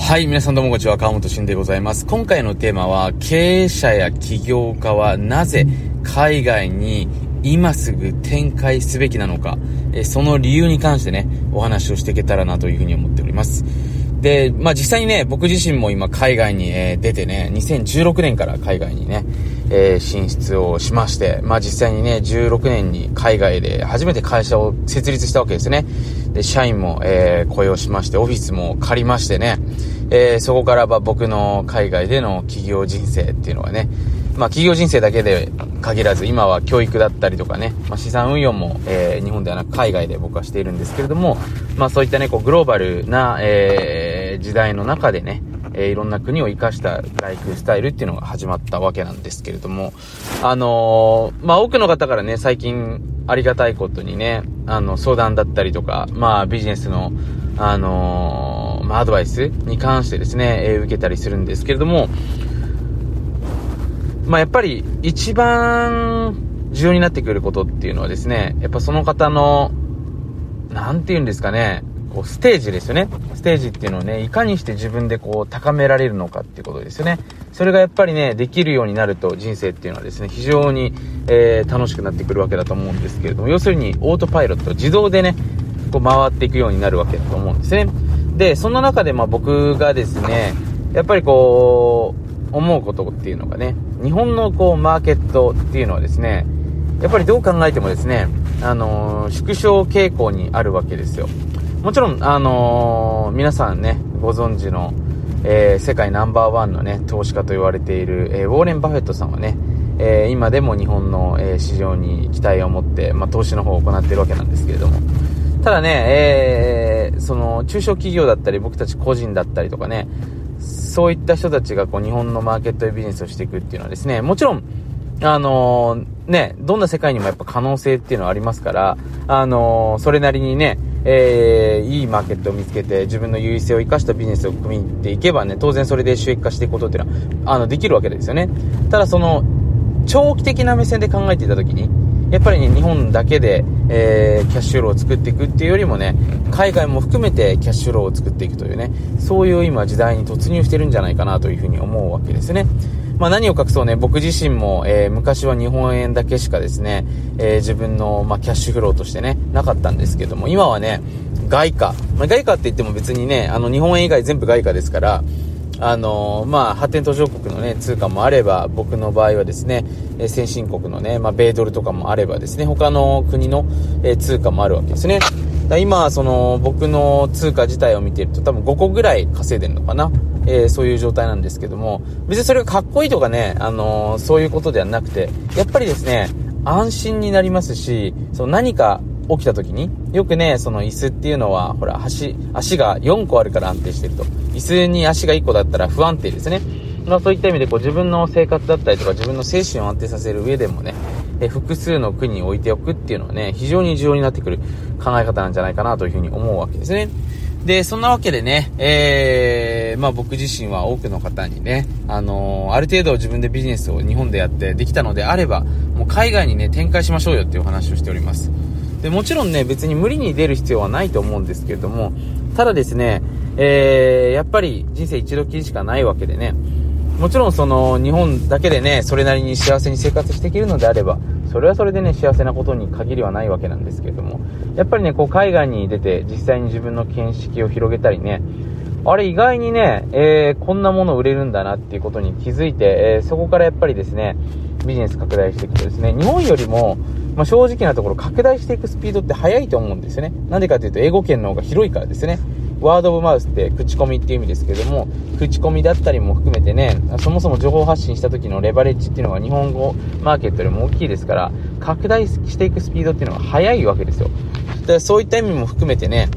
はい、皆さんどうもこんにちは、川本慎でございます。今回のテーマは、経営者や起業家はなぜ海外に今すぐ展開すべきなのか、その理由に関してね、お話をしていけたらなというふうに思っております。で、実際にね、僕自身も今海外に、出てね、2016年から海外にね、進出をしまして、実際にね、16年に海外で初めて会社を設立したわけですね。で、社員も、雇用しまして、オフィスも借りましてね、そこから僕の海外での企業人生っていうのはね、企業人生だけで限らず、今は教育だったりとかね、資産運用も、日本ではなく海外で僕はしているんですけれども、そういったね、グローバルな、時代の中でね、いろんな国を生かしたライフスタイルっていうのが始まったわけなんですけれども、多くの方からね、最近ありがたいことにね、相談だったりとか、ビジネスの、アドバイスに関してですね、受けたりするんですけれども、やっぱり一番重要になってくることっていうのはですね、やっぱその方の、なんていうんですかね、ステージですよね。ステージっていうのをね、いかにして自分で高められるのかっていうことですよね。それがやっぱりね、できるようになると人生っていうのはですね、非常に、楽しくなってくるわけだと思うんですけれども、要するにオートパイロット、自動でね、回っていくようになるわけだと思うんですね。で、そんな中で僕がですね、やっぱり思うことっていうのがね、日本のマーケットっていうのはですね、やっぱりどう考えてもですね、縮小傾向にあるわけですよ。もちろん、皆さんね、ご存知の、世界ナンバーワンのね、投資家と言われている、ウォーレン・バフェットさんはね、今でも日本の、市場に期待を持って、投資の方を行っているわけなんですけれども、ただね、その中小企業だったり僕たち個人だったりとかね、そういった人たちが日本のマーケットでビジネスをしていくっていうのはですね、もちろんどんな世界にもやっぱ可能性っていうのはありますから、それなりにね、いいマーケットを見つけて自分の優位性を生かしたビジネスを組みていけばね、当然それで収益化していくことっていうのはできるわけですよね。ただその長期的な目線で考えていたときに、やっぱりね、日本だけで、キャッシュフローを作っていくっていうよりもね、海外も含めてキャッシュフローを作っていくというね、そういう今時代に突入してるんじゃないかなというふうに思うわけですね。何を隠そうね、僕自身も、昔は日本円だけしかですね、自分の、キャッシュフローとしてね、なかったんですけども、今はね、外貨って言っても別にね、日本円以外全部外貨ですから、発展途上国のね、通貨もあれば、僕の場合はですね、先進国のね、米ドルとかもあればですね、他の国の、通貨もあるわけですね。今、僕の通貨自体を見ていると多分5個ぐらい稼いでるのかな。そういう状態なんですけども、別にそれがかっこいいとかね、そういうことではなくて、やっぱりですね、安心になりますし、何か起きた時に、よくね、その椅子っていうのは、ほら、足が4個あるから安定してると。椅子に足が1個だったら不安定ですね。そういった意味で、自分の生活だったりとか、自分の精神を安定させる上でもね、複数の国に置いておくっていうのはね、非常に重要になってくる考え方なんじゃないかなというふうに思うわけですね。で、そんなわけでね、僕自身は多くの方にね、ある程度自分でビジネスを日本でやってできたのであれば、もう海外にね、展開しましょうよっていうお話をしております。で、もちろんね、別に無理に出る必要はないと思うんですけれども、ただですね、やっぱり人生一度きりしかないわけでね、もちろん日本だけでね、それなりに幸せに生活していけるのであれば、それはそれでね、幸せなことに限りはないわけなんですけれども、やっぱりね、海外に出て実際に自分の見識を広げたりね、あれ意外にね、こんなもの売れるんだなっていうことに気づいて、そこからやっぱりですね、ビジネス拡大していくとですね、日本よりも、正直なところ拡大していくスピードって速いと思うんですよね。なんでかというと、英語圏の方が広いからですね。ワードオブマウスって口コミっていう意味ですけども、口コミだったりも含めてね、そもそも情報発信した時のレバレッジっていうのが日本語マーケットよりも大きいですから、拡大していくスピードっていうのが速いわけですよ。で、そういった意味も含めてね、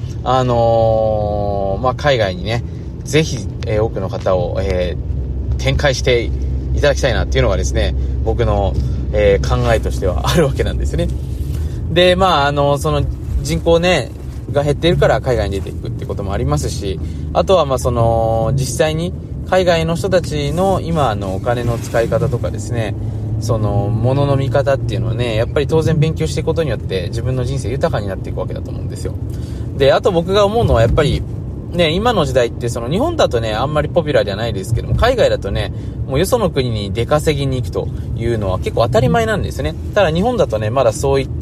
海外にね、ぜひ、多くの方を、展開していただきたいなっていうのがですね、僕の、考えとしてはあるわけなんですね。で、その人口ね、が減っているから海外に出ていくってこともありますし、あとは実際に海外の人たちの今のお金の使い方とかですね、物の見方っていうのはね、やっぱり当然勉強していくことによって自分の人生豊かになっていくわけだと思うんですよ。で、あと僕が思うのはやっぱりね、今の時代ってその日本だとね、あんまりポピュラーではないですけども、海外だとね、もうよその国に出稼ぎに行くというのは結構当たり前なんですね。ただ日本だとね、まだそういった、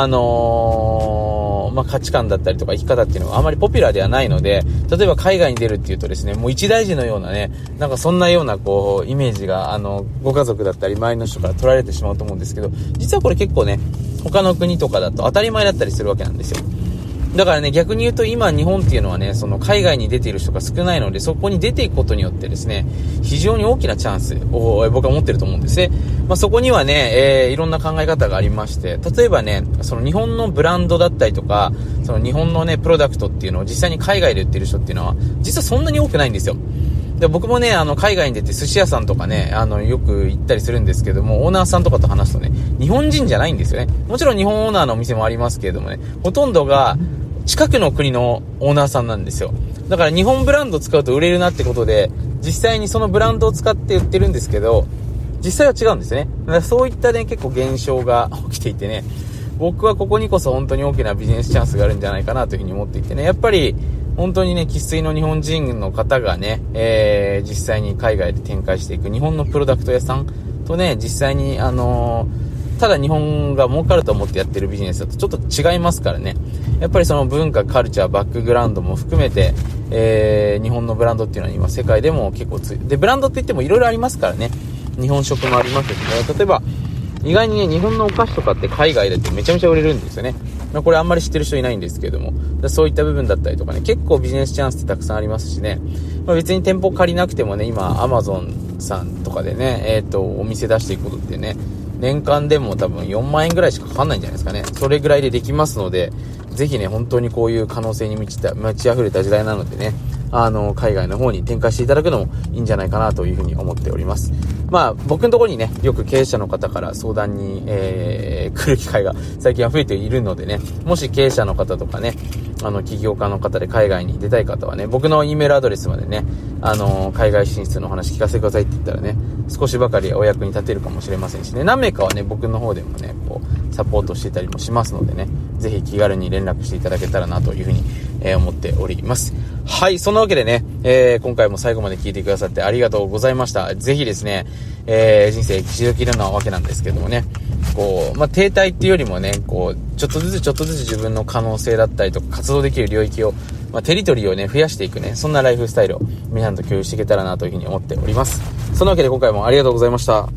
価値観だったりとか生き方っていうのはあまりポピュラーではないので、例えば海外に出るっていうとですね、もう一大事のようなね、なんかそんなようなこう、イメージが、ご家族だったり周りの人から取られてしまうと思うんですけど、実はこれ結構ね、他の国とかだと当たり前だったりするわけなんですよ。だからね、逆に言うと今日本っていうのはね、その海外に出ている人が少ないので、そこに出ていくことによってですね、非常に大きなチャンスを僕は持ってると思うんですね。そこにはね、いろんな考え方がありまして、例えばね、その日本のブランドだったりとか、その日本のね、プロダクトっていうのを実際に海外で売ってる人っていうのは、実はそんなに多くないんですよ。で、僕もね、海外に出て寿司屋さんとかね、よく行ったりするんですけども、オーナーさんとかと話すとね、日本人じゃないんですよね。もちろん日本オーナーのお店もありますけれどもね、ほとんどが近くの国のオーナーさんなんですよ。だから日本ブランド使うと売れるなってことで、実際にそのブランドを使って売ってるんですけど、実際は違うんですね。だからそういったね、結構現象が起きていてね、僕はここにこそ本当に大きなビジネスチャンスがあるんじゃないかなというふうに思っていてね、やっぱり本当にね、生粋の日本人の方がね、実際に海外で展開していく日本のプロダクト屋さんとね、実際にただ日本が儲かると思ってやってるビジネスだとちょっと違いますからね。やっぱりその文化、カルチャー、バックグラウンドも含めて、日本のブランドっていうのは今世界でも結構で、ブランドって言ってもいろいろありますからね。日本食もありますしね。例えば、意外にね、日本のお菓子とかって海外でってめちゃめちゃ売れるんですよね。これあんまり知ってる人いないんですけれども、そういった部分だったりとかね、結構ビジネスチャンスってたくさんありますしね。別に店舗借りなくてもね、今、アマゾンさんとかでね、お店出していくことってね、年間でも多分4万円ぐらいしかかかんないんじゃないですかね。それぐらいでできますので、ぜひね、本当にこういう可能性に満ち溢れた時代なのでね、海外の方に展開していただくのもいいんじゃないかなというふうに思っております。僕のところにね、よく経営者の方から相談に、来る機会が最近は増えているのでね、もし経営者の方とかね、起業家の方で海外に出たい方はね、僕の E メールアドレスまでね、海外進出の話聞かせてくださいって言ったらね、少しばかりお役に立てるかもしれませんしね、何名かはね、僕の方でもね、こう、サポートしていたりもしますのでね、ぜひ気軽に連絡していただけたらなというふうに、思っております。はい、そんなわけでね、今回も最後まで聞いてくださってありがとうございました。ぜひですね、人生一度きりなわけなんですけどもね、こう、停滞っていうよりもね、こう、ちょっとずつ自分の可能性だったりとか活動できる領域を、テリトリーをね、増やしていくね、そんなライフスタイルを皆さんと共有していけたらなというふうに思っております。そんなわけで今回もありがとうございました。